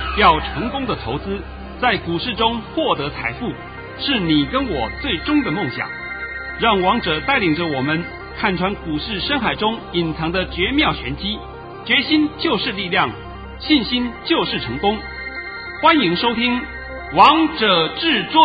要成功的投资，在股市中获得财富，是你跟我最终的梦想。让王者带领着我们看穿股市深海中隐藏的绝妙玄机，决心就是力量，信心就是成功。欢迎收听《王者至尊》。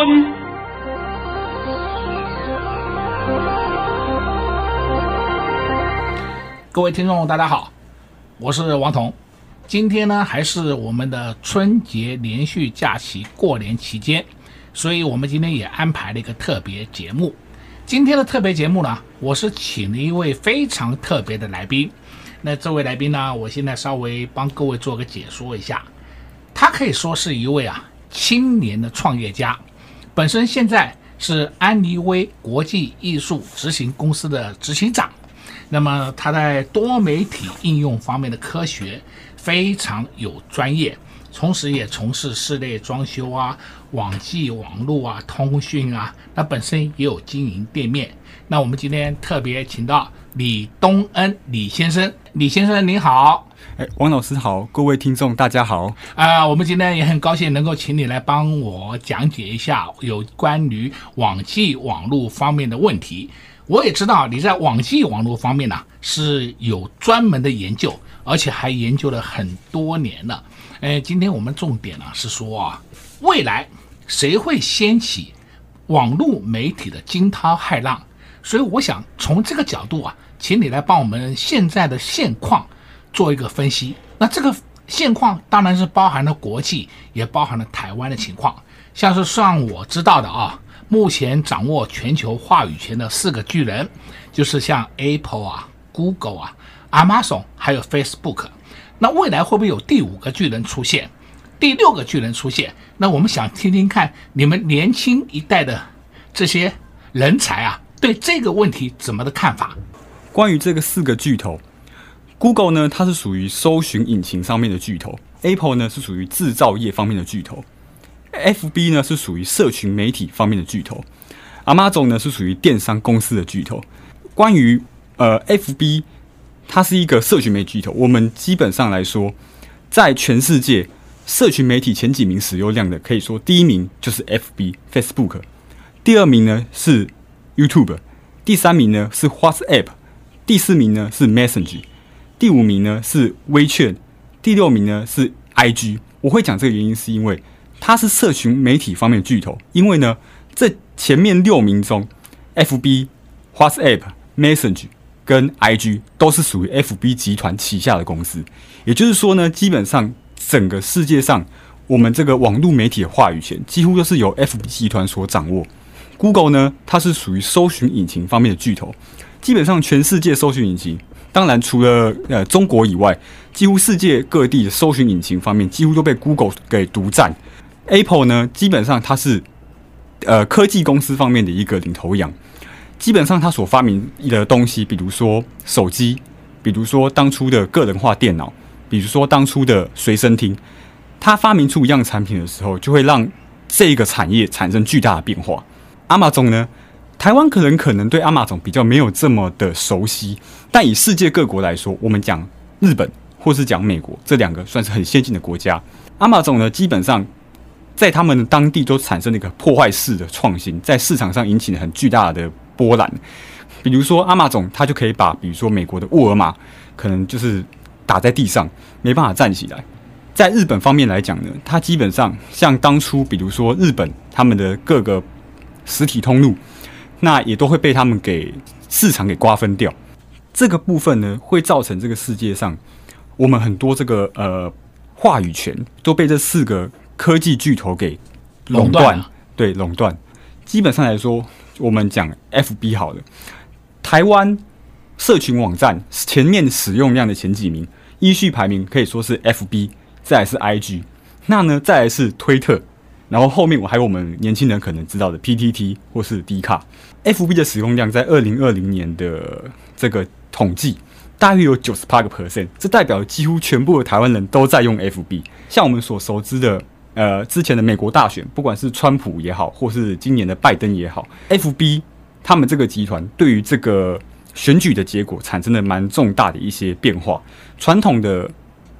各位听众大家好，我是王彤。今天呢还是我们的春节连续假期过年期间，所以我们今天也安排了一个特别节目。今天的特别节目呢，我是请了一位非常特别的来宾。那这位来宾呢，我现在稍微帮各位做个解说一下。他可以说是一位青年的创业家，本身现在是安妮威国际艺术执行公司的执行长。那么他在多媒体应用方面的科学非常有专业，同时也从事室内装修网际网络通讯那本身也有经营店面。那我们今天特别请到李东恩李先生。李先生您好。 王老师好，各位听众大家好。 我们今天也很高兴能够请你来帮我讲解一下有关于网际网络方面的问题。我也知道你在网际网络方面是有专门的研究，而且还研究了很多年了。今天我们重点是说未来谁会掀起网络媒体的惊涛骇浪？所以我想从这个角度请你来帮我们现在的现况做一个分析。那这个现况当然是包含了国际，也包含了台湾的情况。像是上我知道的目前掌握全球话语权的4个巨人，就是像 Apple Google Amazon 还有 Facebook。那未来会不会有第5个巨人出现，第6个巨人出现？那我们想听听看你们年轻一代的这些人才对这个问题怎么的看法。 关于这个4个巨头， Google 呢，它是属于搜寻引擎上面的巨头， Apple 呢是属于制造业方面的巨头， FB 呢是属于社群媒体方面的巨头， Amazon 呢是属于电商公司的巨头。关于FB， 它是一个社群媒体巨头，我们基本上来说，在全世界社群媒体前几名使用量的，可以说第1名就是 Facebook， 第2名呢是 YouTube， 第3名呢是 WhatsApp， 第4名呢是 Messenger， 第5名呢是微券，第6名呢是 IG。 我会讲这个原因是因为它是社群媒体方面的巨头，因为呢这前面6名中 FB、WhatsApp、Messenger 跟 IG 都是属于 FB 集团旗下的公司。也就是说呢，基本上整个世界上我们这个网络媒体的话语权几乎都是由 FB 集团所掌握。 Google 呢，它是属于搜寻引擎方面的巨头，基本上全世界搜寻引擎，当然除了中国以外，几乎世界各地的搜寻引擎方面几乎都被 Google 给独占。 Apple 呢，基本上它是科技公司方面的一个领头羊，基本上它所发明的东西，比如说手机，比如说当初的个人化电脑，比如说当初的随身听，它发明出一样产品的时候，就会让这个产业产生巨大的变化。Amazon 呢，台湾可能对 Amazon 比较没有这么的熟悉，但以世界各国来说，我们讲日本或是讲美国，这2个算是很先进的国家。Amazon 呢，基本上在他们的当地都产生了一个破坏式的创新，在市场上引起了很巨大的波澜。比如说 Amazon 它就可以把比如说美国的沃尔玛可能就是打在地上没办法站起来。在日本方面来讲呢，它基本上像当初比如说日本他们的各个实体通路，那也都会被他们给市场给瓜分掉。这个部分呢，会造成这个世界上我们很多这个话语权都被这4个科技巨头给垄断。对，垄断。基本上来说，我们讲 FB 好了，台湾社群网站前面使用量的前几名，依序排名可以说是 FB， 再来是 IG， 那呢再来是推特，然后后面还有我们年轻人可能知道的 PTT 或是 D 卡。 FB 的使用量在2020年的这个统计大约有 98%， 这代表几乎全部的台湾人都在用 FB。 像我们所熟知的之前的美国大选，不管是川普也好，或是今年的拜登也好， FB 他们这个集团对于这个选举的结果产生了蛮重大的一些变化。传统的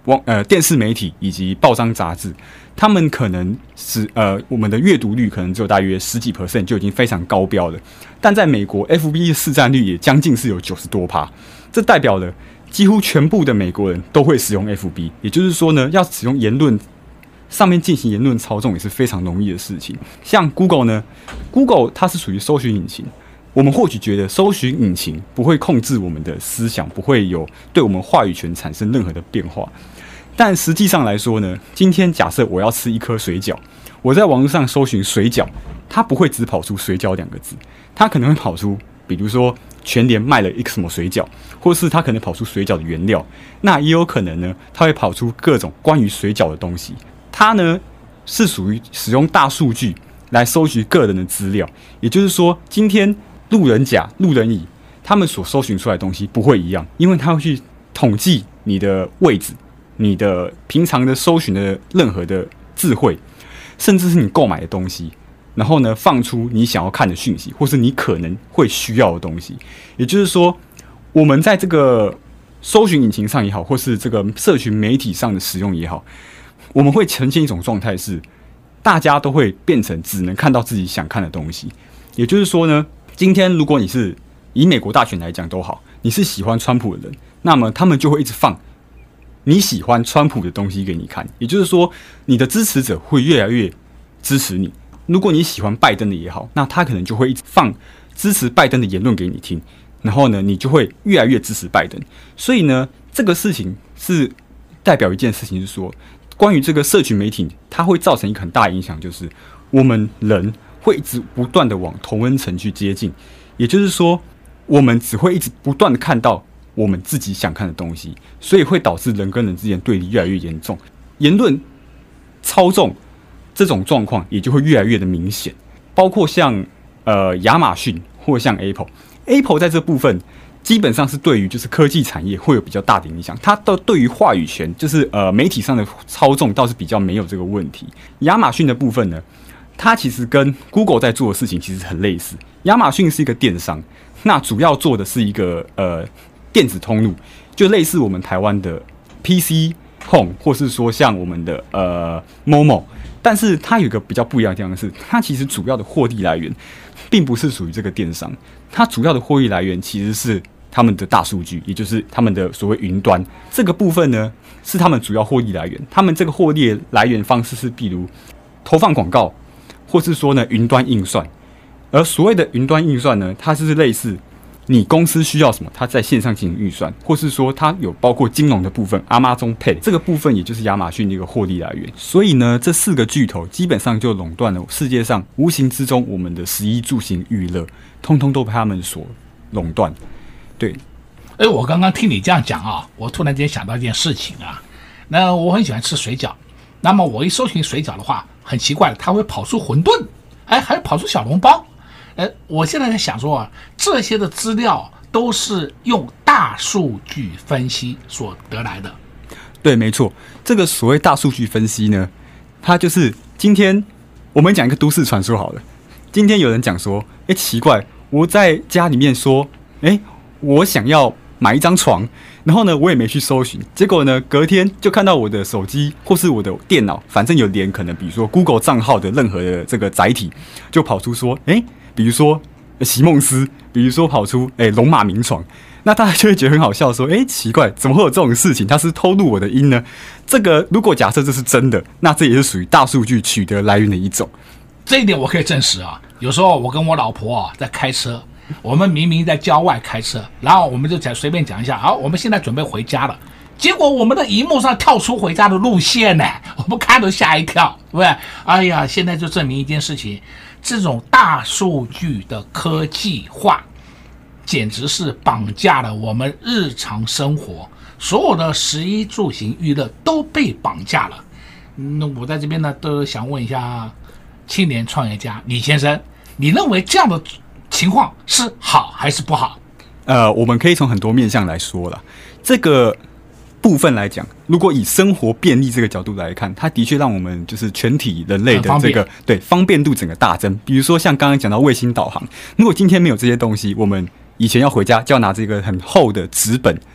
电视媒体以及报章杂志，他们可能是我们的阅读率可能只有大约10几%就已经非常高标了，但在美国 FB 的市占率也将近是有90多%，这代表了几乎全部的美国人都会使用 FB， 也就是说呢，要使用言论上面进行言论操纵也是非常容易的事情。像 Google 呢 ，Google 它是属于搜寻引擎，我们或许觉得搜寻引擎不会控制我们的思想，不会有对我们话语权产生任何的变化。但实际上来说呢，今天假设我要吃一颗水饺，我在网络上搜寻水饺，它不会只跑出水饺2个字，它可能会跑出，比如说全联卖了一个什么水饺，或是它可能跑出水饺的原料，那也有可能呢，它会跑出各种关于水饺的东西。它呢是属于使用大数据来收集个人的资料，也就是说，今天路人甲、路人乙他们所搜寻出来的东西不会一样，因为他会去统计你的位置、你的平常的搜寻的任何的智慧，甚至是你购买的东西，然后呢放出你想要看的讯息，或是你可能会需要的东西。也就是说，我们在这个搜寻引擎上也好，或是这个社群媒体上的使用也好，我们会呈现一种状态是，大家都会变成只能看到自己想看的东西。也就是说呢，今天如果你是以美国大选来讲都好，你是喜欢川普的人，那么他们就会一直放你喜欢川普的东西给你看。也就是说，你的支持者会越来越支持你。如果你喜欢拜登的也好，那他可能就会一直放支持拜登的言论给你听，然后呢，你就会越来越支持拜登。所以呢，这个事情是代表一件事情，是说，关于这个社群媒体，它会造成一个很大的影响，就是我们人会一直不断的往同温层去接近，也就是说，我们只会一直不断的看到我们自己想看的东西，所以会导致人跟人之间对立越来越严重，言论操纵这种状况也就会越来越的明显。包括像亚马逊或像 Apple 在这部分基本上是对于就是科技产业会有比较大的影响，它对于话语权就是媒体上的操纵倒是比较没有这个问题。亚马逊的部分呢，它其实跟 Google 在做的事情其实很类似。亚马逊是一个电商，那主要做的是一个电子通路，就类似我们台湾的 PC Home， 或是说像我们的Momo， 但是它有一个比较不一样的地方是，它其实主要的获利来源并不是属于这个电商，它主要的获利来源其实是他们的大数据，也就是他们的所谓云端这个部分呢，是他们主要获利来源。他们这个获利来源方式是，比如投放广告，或是说呢云端运算。而所谓的云端运算呢，它就是类似你公司需要什么，它在线上进行预算，或是说它有包括金融的部分 ，Amazon Pay 这个部分也就是亚马逊的一个获利来源。所以呢，这4个巨头基本上就垄断了世界上无形之中我们的食衣住行娱乐，通通都被他们所垄断。对， 我刚刚听你这样讲啊，我突然间想到一件事情啊。那我很喜欢吃水饺，那么我一搜寻水饺的话，很奇怪，它会跑出馄饨，还会跑出小笼包。我现在在想说啊，这些的资料都是用大数据分析所得来的。 对，没错，这个所谓大数据分析呢，它就是今天我们讲一个都市传说好了。今天有人讲说，奇怪，我在家里面说，我想要买一张床，然后呢，我也没去搜寻，结果呢，隔天就看到我的手机或是我的电脑，反正有连可能，比如说 Google 账号的任何的这个载体，就跑出说，比如说席梦思，比如说跑出龙马名床，那大家就会觉得很好笑，说奇怪，怎么会有这种事情？他是偷录我的音呢？这个如果假设这是真的，那这也是属于大数据取得来源的一种。 这一点我可以证实啊。有时候我跟我老婆啊在开车，我们明明在郊外开车，然后我们就随便讲一下，好，我们现在准备回家了。结果我们的荧幕上跳出回家的路线呢，我们看都吓一跳，对不对？哎呀，现在就证明一件事情，这种大数据的科技化，简直是绑架了我们日常生活，所有的食衣住行娱乐都被绑架了。那我在这边呢，都想问一下青年创业家李先生，你认为这样的情况是好还是不好？ 我们可以从很多面向来说啦。这个部分来讲，如果以生活便利这个角度来看，它的确让我们就是全体人类的这个对方便度整个大增。比如说像刚刚讲到卫星导航，如果今天没有这些东西，我们以前要回家就要拿这个很厚的纸本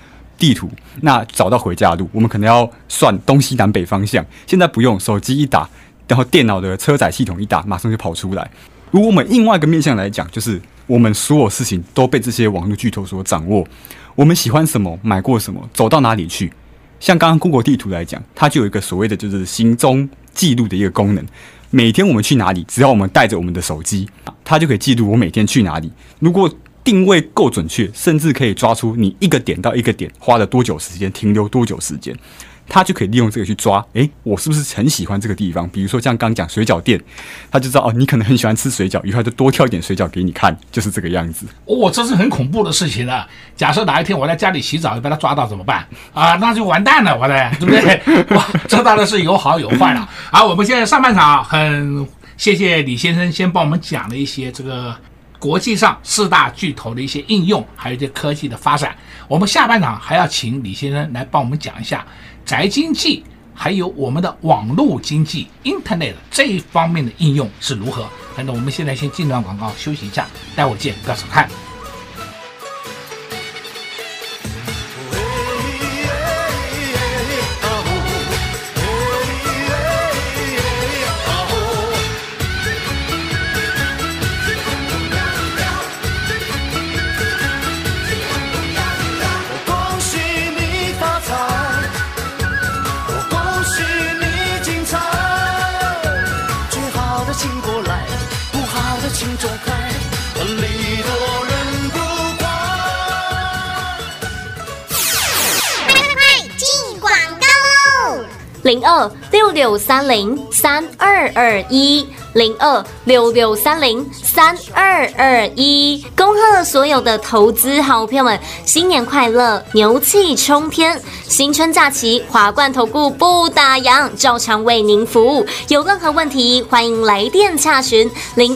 地图，那找到回家的路，我们可能要算东西南北方向。现在不用，手机一打，然后电脑的车载系统一打，马上就跑出来。如果我们另外一个面向来讲，就是我们所有事情都被这些网络巨头所掌握，我们喜欢什么，买过什么，走到哪里去。像刚刚 Google 地图来讲，它就有一个所谓的就是行踪记录的一个功能。每天我们去哪里，只要我们带着我们的手机，它就可以记录我每天去哪里。如果定位够准确，甚至可以抓出你一个点到一个点花了多久时间，停留多久时间，他就可以利用这个去抓，我是不是很喜欢这个地方？比如说像刚讲水饺店，他就知道你可能很喜欢吃水饺，以后他就多挑一点水饺给你看，就是这个样子。 这是很恐怖的事情了。假设哪一天我在家里洗澡被他抓到怎么办啊？那就完蛋了，对不对？哇，这当然是有好有坏了。我们现在上半场很谢谢李先生先帮我们讲了一些这个国际上4大巨头的一些应用，还有一些科技的发展。我们下半场还要请李先生来帮我们讲一下宅经济还有我们的网络经济 Internet 这一方面的应用是如何。那我们现在先进段广告休息一下，待会见，不要走开。 0266303221，0266303221，恭贺所有的投资好朋友们，新年快乐，牛气冲天！新春假期，华冠投顾不打烊，照常为您服务。有任何问题，欢迎来电洽询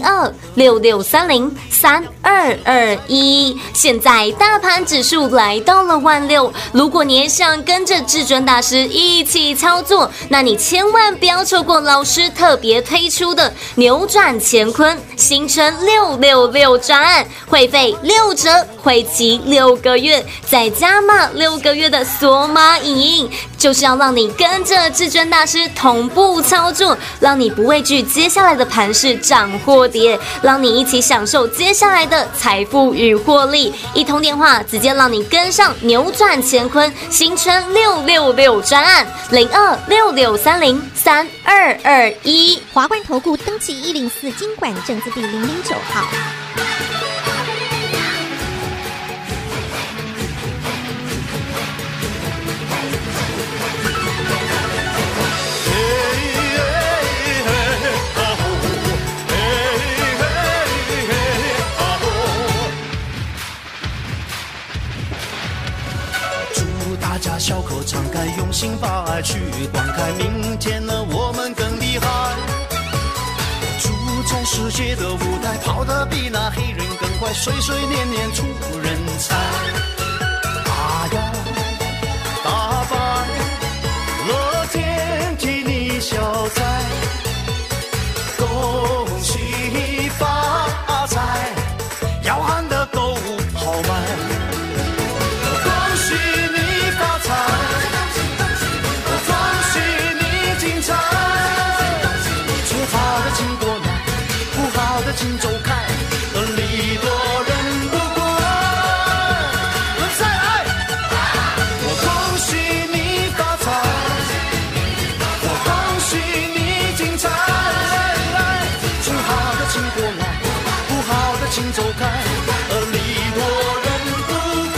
0266303221。现在大盘指数来到了16000，如果你也想跟着至尊大师一起操作，那你千万不要错过老师特别推出的扭转乾坤新春666专案，会费6折，会期6个月，再加码6个月的索马影音，就是要让你跟着至尊大师同步操作，让你不畏惧接下来的盘势涨或跌，让你一起享受接下来的财富与获利。一通电话直接让你跟上扭转乾坤新春666专案，0266303221。 华冠投顾登记104金管证字第009号。 大家小口常开，用心把爱去灌溉，明天呢我们更厉害。主宰世界的舞台，跑得比那黑人更快，岁岁年年出人才。大摇大摆，乐天替你消灾，恭喜发财，要喊得够豪迈。请走开，礼多人不怪。再来，我恭喜你发财，我恭喜你精彩。请好的请过来，不好的请走开，礼多人不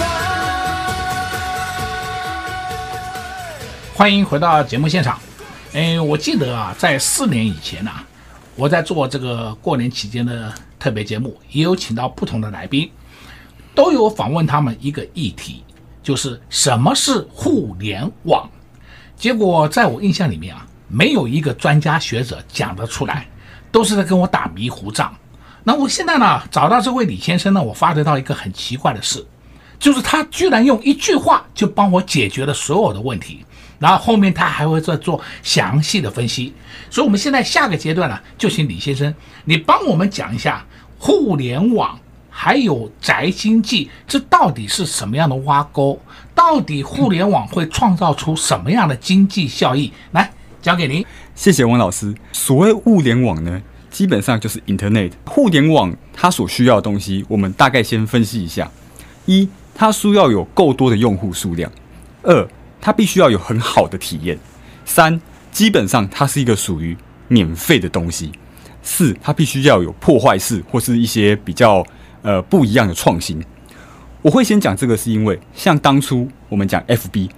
怪。 欢迎回到节目现场。我记得在4年以前我在做这个过年期间的特别节目，也有请到不同的来宾，都有访问他们一个议题，就是什么是互联网。结果在我印象里面没有一个专家学者讲得出来，都是在跟我打迷糊仗。那我现在找到这位李先生我发觉到一个很奇怪的事，就是他居然用一句话就帮我解决了所有的问题，然后后面他还会再做详细的分析。所以我们现在下个阶段就请李先生你帮我们讲一下互联网还有宅经济，这到底是什么样的挖沟？到底互联网会创造出什么样的经济效益？来，交给您。 谢谢王老师。所谓物联网呢，基本上就是 Internet。互联网它所需要的东西，我们大概先分析一下：一，它需要有够多的用户数量；二，它必须要有很好的体验；三，基本上它是一个属于免费的东西；四，它必须要有破坏式或是一些比较不一样的创新。我会先讲这个，是因为像当初我们讲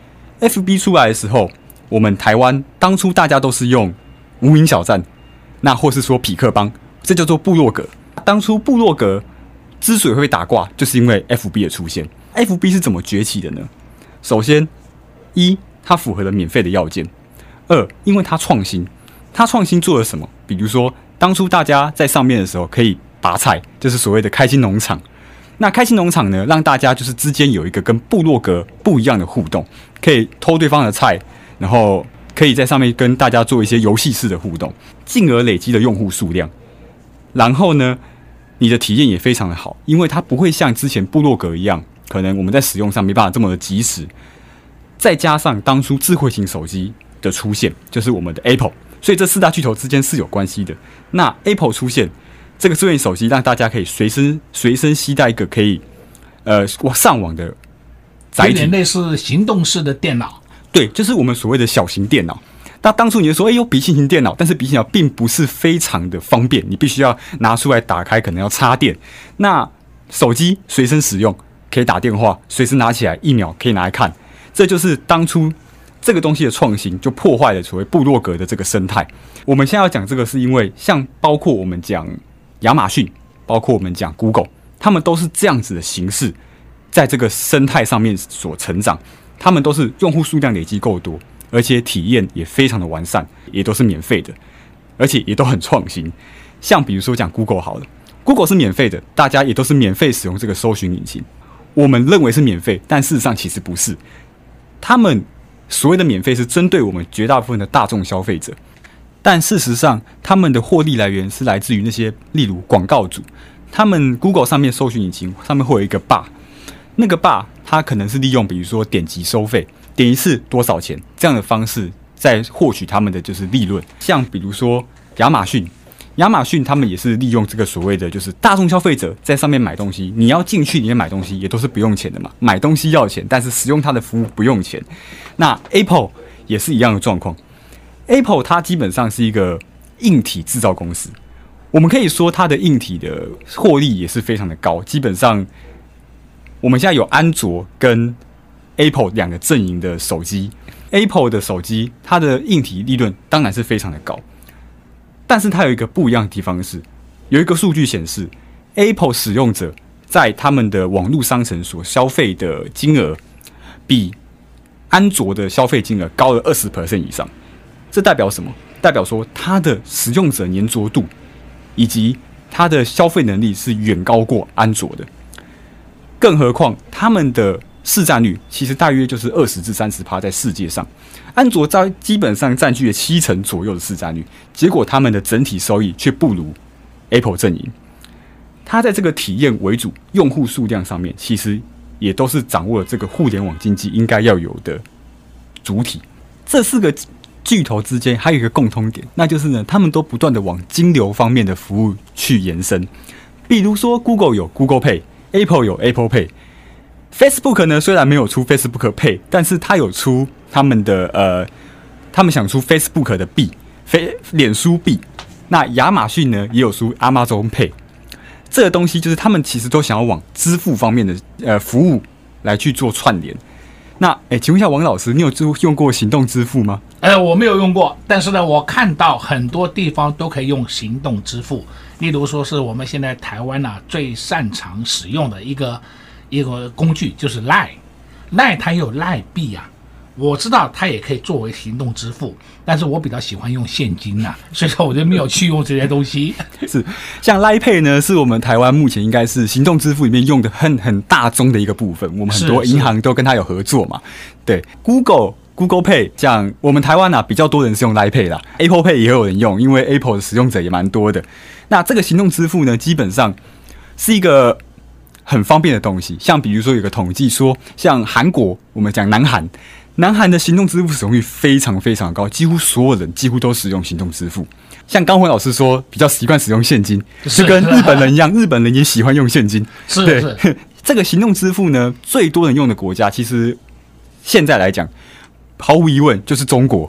FB 出来的时候，我们台湾当初大家都是用无名小站，那或是说痞客邦，这叫做部落格。当初部落格之所以会打挂，就是因为 FB 的出现。FB 是怎么崛起的呢？首先，一，它符合了免费的要件；二，因为它创新。它创新做了什么？比如说，当初大家在上面的时候可以拔菜，就是所谓的开心农场。那开心农场呢，让大家就是之间有一个跟部落格不一样的互动，可以偷对方的菜，然后可以在上面跟大家做一些游戏式的互动，进而累积了用户数量。然后呢，你的体验也非常的好，因为它不会像之前部落格一样，可能我们在使用上没办法这么的及时。再加上当初智慧型手机的出现，就是我们的 Apple， 所以这四大巨头之间是有关系的。那 Apple 出现，这个智慧型手机让大家可以随身携带一个可以上网的载体， 有点类似行动式的电脑。 对，就是我们所谓的小型电脑。那当初你就说，有笔记型电脑，但是笔记型电脑并不是非常的方便，你必须要拿出来打开，可能要插电。那手机随身使用，可以打电话，随时拿起来1秒可以拿来看。这就是当初这个东西的创新，就破坏了所谓部落格的这个生态。我们现在要讲这个，是因为像包括我们讲亚马逊，包括我们讲 Google， 他们都是这样子的形式，在这个生态上面所成长。他们都是用户数量累积够多，而且体验也非常的完善，也都是免费的，而且也都很创新。像比如说讲 Google 好了 ，Google 是免费的，大家也都是免费使用这个搜寻引擎。我们认为是免费，但事实上其实不是。他们所谓的免费是针对我们绝大部分的大众消费者，但事实上他们的获利来源是来自于那些例如广告主。他们 Google 上面搜寻引擎上面会有一个 bar， 那个 bar 它可能是利用比如说点击收费，点一次多少钱这样的方式在获取他们的就是利润。像比如说亚马逊他们也是利用这个所谓的就是大众消费者在上面买东西，你要进去里面买东西也都是不用钱的嘛，买东西要钱，但是使用它的服务不用钱。那 Apple 也是一样的状况， Apple 它基本上是一个硬体制造公司，我们可以说它的硬体的获利也是非常的高，基本上我们现在有安卓跟 Apple 两个阵营的手机， Apple 的手机它的硬体利润当然是非常的高，但是它有一个不一样的地方是，有一个数据显示 Apple 使用者在他们的网络商城所消费的金额比安卓的消费金额高了 20% 以上。这代表什么？代表说它的使用者黏着度以及它的消费能力是远高过安卓的。更何况他们的市占率其实大约就是20%至30%，在世界上，安卓基本上占据了70%左右的市占率，结果他们的整体收益却不如 Apple 阵营。它在这个体验为主、用户数量上面，其实也都是掌握了这个互联网经济应该要有的主体。这4个巨头之间还有一个共通点，那就是呢，他们都不断的往金流方面的服务去延伸。比如说 Google 有 Google Pay，Apple 有 Apple Pay，Facebook 呢虽然没有出 Facebook Pay， 但是它有出他们的他们想出 Facebook 的币，脸书币。那亚马逊呢也有出 Amazon Pay， 这个东西就是他们其实都想要往支付方面的服务来去做串联。那请问一下王老师，你有用过行动支付吗？ 我没有用过，但是呢，我看到很多地方都可以用行动支付，例如说是我们现在台湾最擅长使用的一个工具就是 Line 它有 Line 币啊，我知道它也可以作为行动支付，但是我比较喜欢用现金所以说我就没有去用这些东西。 是，像 Line Pay 呢，是我们台湾目前应该是行动支付里面用的很大宗的一个部分，我们很多银行都跟它有合作嘛。对 Google Pay， 像我们台湾比较多人是用 Line Pay 啦 ，Apple Pay 也有人用，因为 Apple 的使用者也蛮多的。那这个行动支付呢，基本上是一个很方便的东西。像比如说有个统计说，像韩国，我们讲南韩的行动支付使用率非常非常高，几乎所有人几乎都使用行动支付。像刚辉老师说，比较习惯使用现金，就跟日本人一样，日本人也喜欢用现金。 是这个行动支付呢，最多人用的国家，其实现在来讲，毫无疑问就是中国。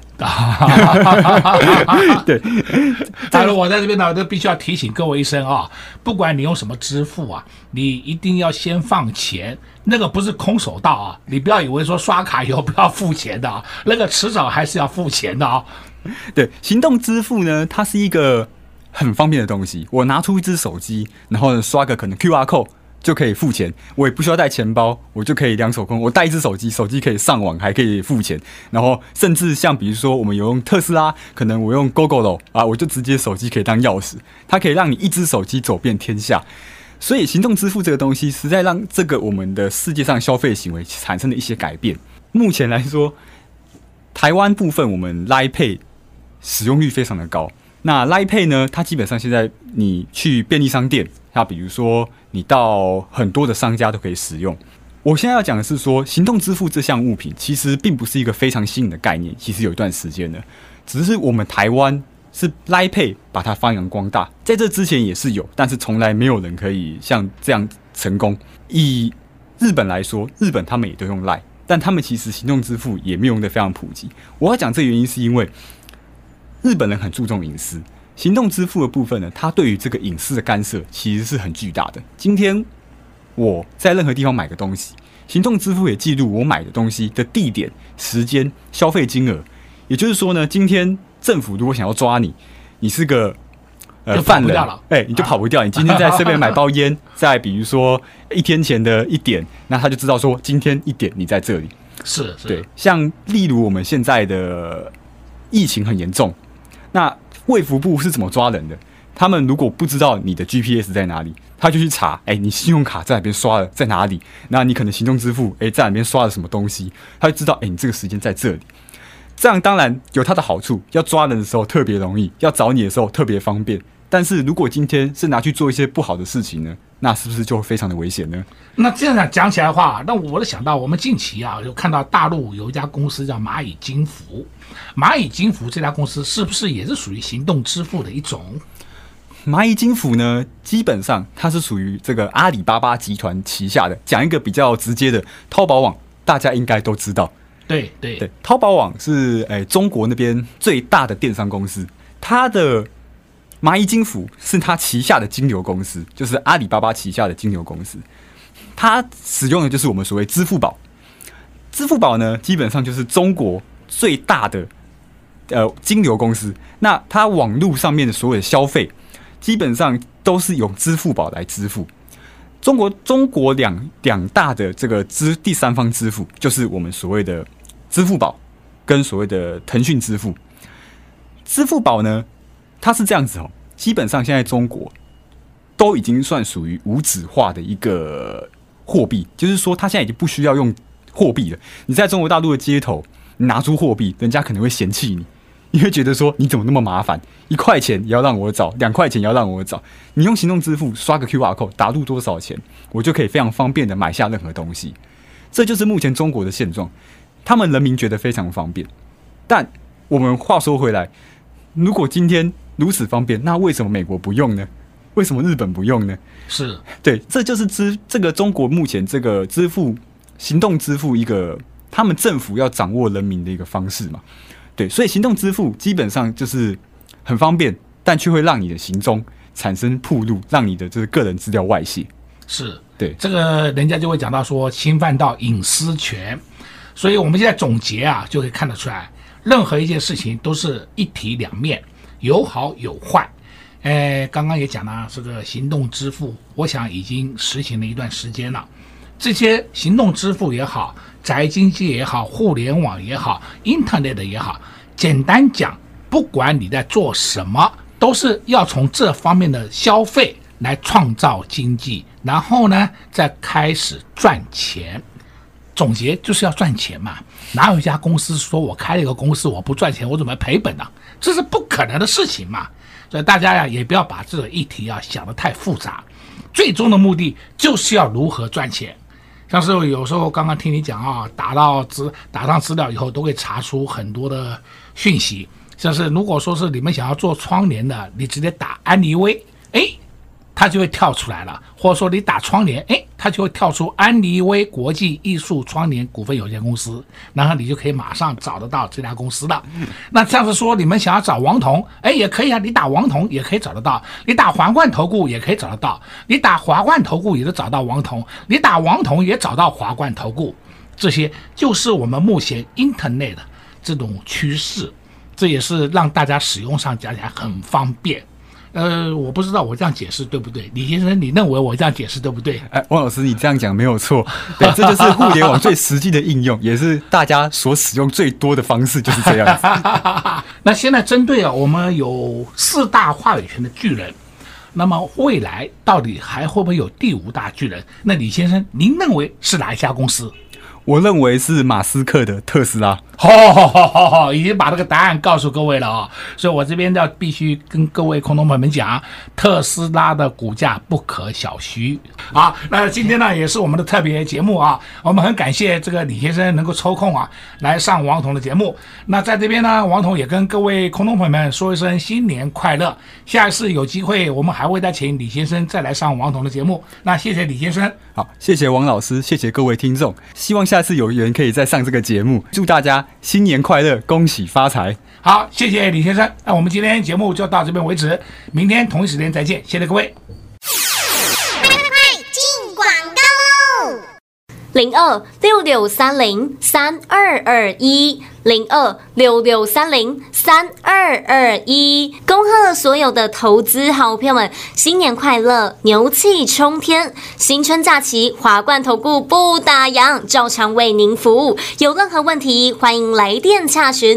对， 当然我在这边呢，都必须要提醒各位一声啊，不管你用什么支付啊，你一定要先放钱，那个不是空手道啊，你不要以为说刷卡以后不要付钱的啊，那个迟早还是要付钱的啊。 对，行动支付呢，它是一个很方便的东西。我拿出一只手机，然后刷个可能 QR code 就可以付钱，我也不需要带钱包，我就可以两手空。我带一只手机，手机可以上网，还可以付钱。然后甚至像比如说我们有用特斯拉，可能我用 Gogoro 啊，我就直接手机可以当钥匙，它可以让你一只手机走遍天下。所以行动支付这个东西，实在让这个我们的世界上消费行为产生了一些改变。目前来说，台湾部分我们 Line Pay 使用率非常的高。那 Line Pay 呢，它基本上现在你去便利商店，它比如说你到很多的商家都可以使用。我现在要讲的是说，行动支付这项物品其实并不是一个非常新颖的概念，其实有一段时间了，只是我们台湾是 Line Pay 把它发扬光大，在这之前也是有，但是从来没有人可以像这样成功。以日本来说，日本他们也都用 Line， 但他们其实行动支付也没有用得非常普及。我要讲这个原因是因为日本人很注重隐私，行动支付的部分呢，它对于这个隐私的干涉其实是很巨大的。今天我在任何地方买个东西，行动支付也记录我买的东西的地点、时间、消费金额。也就是说呢，今天政府如果想要抓你，你是个犯人，你就跑不掉。你今天在7-Eleven买包烟，在比如说1天前的1点，那他就知道说今天1点你在这里。 是对，像例如我们现在的疫情很严重。那卫福部是怎么抓人的？他们如果不知道你的 GPS 在哪里，他就去查，你信用卡在哪边刷了，在哪里？那你可能行动支付，在哪边刷了什么东西？他就知道，你这个时间在这里。这样当然有它的好处，要抓人的时候特别容易，要找你的时候特别方便。但是如果今天是拿去做一些不好的事情呢，那是不是就会非常的危险呢？ 那这样讲起来的话，那我就想到我们近期啊，有看到大陆有一家公司叫蚂蚁金服，蚂蚁金服这家公司是不是也是属于行动支付的一种？ 蚂蚁金服呢，基本上它是属于这个阿里巴巴集团旗下的。讲一个比较直接的，淘宝网大家应该都知道。对，淘宝网是中国那边最大的电商公司，它的蚂蚁金服是它旗下的金流公司，就是阿里巴巴旗下的金流公司。它使用的就是我们所谓支付宝。支付宝呢，基本上就是中国最大的金流公司。那它网络上面的所有的消费，基本上都是用支付宝来支付。中国两大的这个第三方支付，就是我们所谓的支付宝跟所谓的腾讯支付。支付宝呢，它是这样子哦，基本上现在中国都已经算属于无纸化的一个货币，就是说它现在已经不需要用货币了。你在中国大陆的街头，你拿出货币，人家可能会嫌弃你。你会觉得说你怎么那么麻烦，1块钱也要让我找，2块钱也要让我找。你用行动支付刷个 QR code 打入多少钱，我就可以非常方便的买下任何东西。这就是目前中国的现状，他们人民觉得非常方便。但我们话说回来，如果今天如此方便，那为什么美国不用呢？为什么日本不用呢？ 是对，这就是这个中国目前这个行动支付一个他们政府要掌握人民的一个方式嘛。对，所以行动支付基本上就是很方便，但却会让你的行踪产生暴露，让你的这个个人资料外泄。 是， 对， 这个人家就会讲到说侵犯到隐私权，所以我们现在总结啊，就可以看得出来，任何一件事情都是一体两面，有好有坏。刚刚也讲了，这个行动支付，我想已经实行了一段时间了。这些行动支付也好，宅经济也好，互联网也好 ，Internet 也好，简单讲，不管你在做什么，都是要从这方面的消费来创造经济，然后呢，再开始赚钱。总结就是要赚钱嘛，哪有一家公司说我开了一个公司我不赚钱我怎么赔本呢？这是不可能的事情嘛。所以大家呀也不要把这个议题啊想得太复杂。 最终的目的就是要如何赚钱。像是有时候刚刚听你讲啊，打上资料以后，都会查出很多的讯息。像是如果说是你们想要做窗帘的，你直接打安妮威，它就会跳出来了，或者说你打窗帘，它就会跳出安妮威国际艺术窗帘股份有限公司，然后你就可以马上找得到这家公司了。那这样子说，你们想要找王彤，也可以啊，你打王彤也可以找得到，你打华冠投顾也可以找得到，你打华冠投顾也能找到王彤，你打王彤也找到华冠投顾，这些就是我们目前 Internet 的这种趋势，这也是让大家使用上讲起来很方便。我不知道我这样解释对不对，李先生，你认为我这样解释对不对？ 汪老师，你这样讲没有错，对，这就是互联网最实际的应用，也是大家所使用最多的方式，就是这样子。 那现在针对我们有4大话语权的巨人，那么未来到底还会不会有第5大巨人？那李先生，您认为是哪一家公司？ 我认为是马斯克的特斯拉。 已经把这个答案告诉各位了啊！所以我这边必须跟各位空头朋友们讲，特斯拉的股价不可小觑。好，那今天呢也是我们的特别节目啊，我们很感谢这个李先生能够抽空来上王彤的节目。那在这边呢，王彤也跟各位空头朋友们说一声新年快乐。下一次有机会，我们还会再请李先生再来上王彤的节目。那谢谢李先生。 好，谢谢王老师，谢谢各位听众，希望下次有缘可以再上这个节目，祝大家新年快乐，恭喜发财。 好，谢谢李先生，那我们今天节目就到这边为止，明天同一时间再见，谢谢各位。 进广告喽 ！0266303221，0266303221，恭贺所有的投资好朋友们，新年快乐，牛气冲天！新春假期，华冠投顾不打烊，照常为您服务。有任何问题，欢迎来电洽询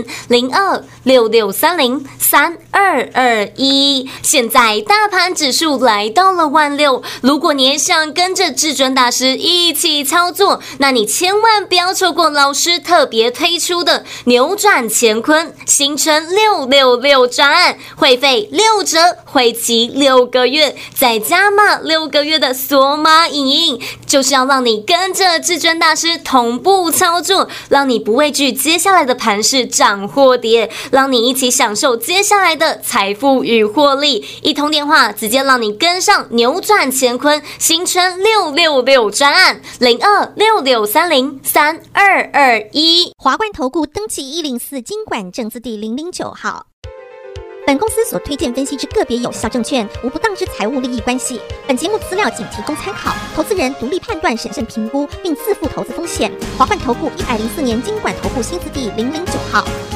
0266303221。现在大盘指数来到了16000，如果你也想跟着至尊大师一起操作，那你千万不要错过老师特别推出的扭转乾坤新春666专案，会费6折，会期6个月，再加码6个月的索马影音，就是要让你跟着至尊大师同步操作，让你不畏惧接下来的盘势涨或跌，让你一起享受接下来的财富与获利。一通电话直接让你跟上扭转乾坤新春666专案，0266303221。 华冠投顾登记104金管证字第009号。本公司所推荐分析之个别有效证券，无不当之财务利益关系。本节目资料仅提供参考，投资人独立判断、审慎评估，并自负投资风险。华冠投顾104年金管投顾新字第009号。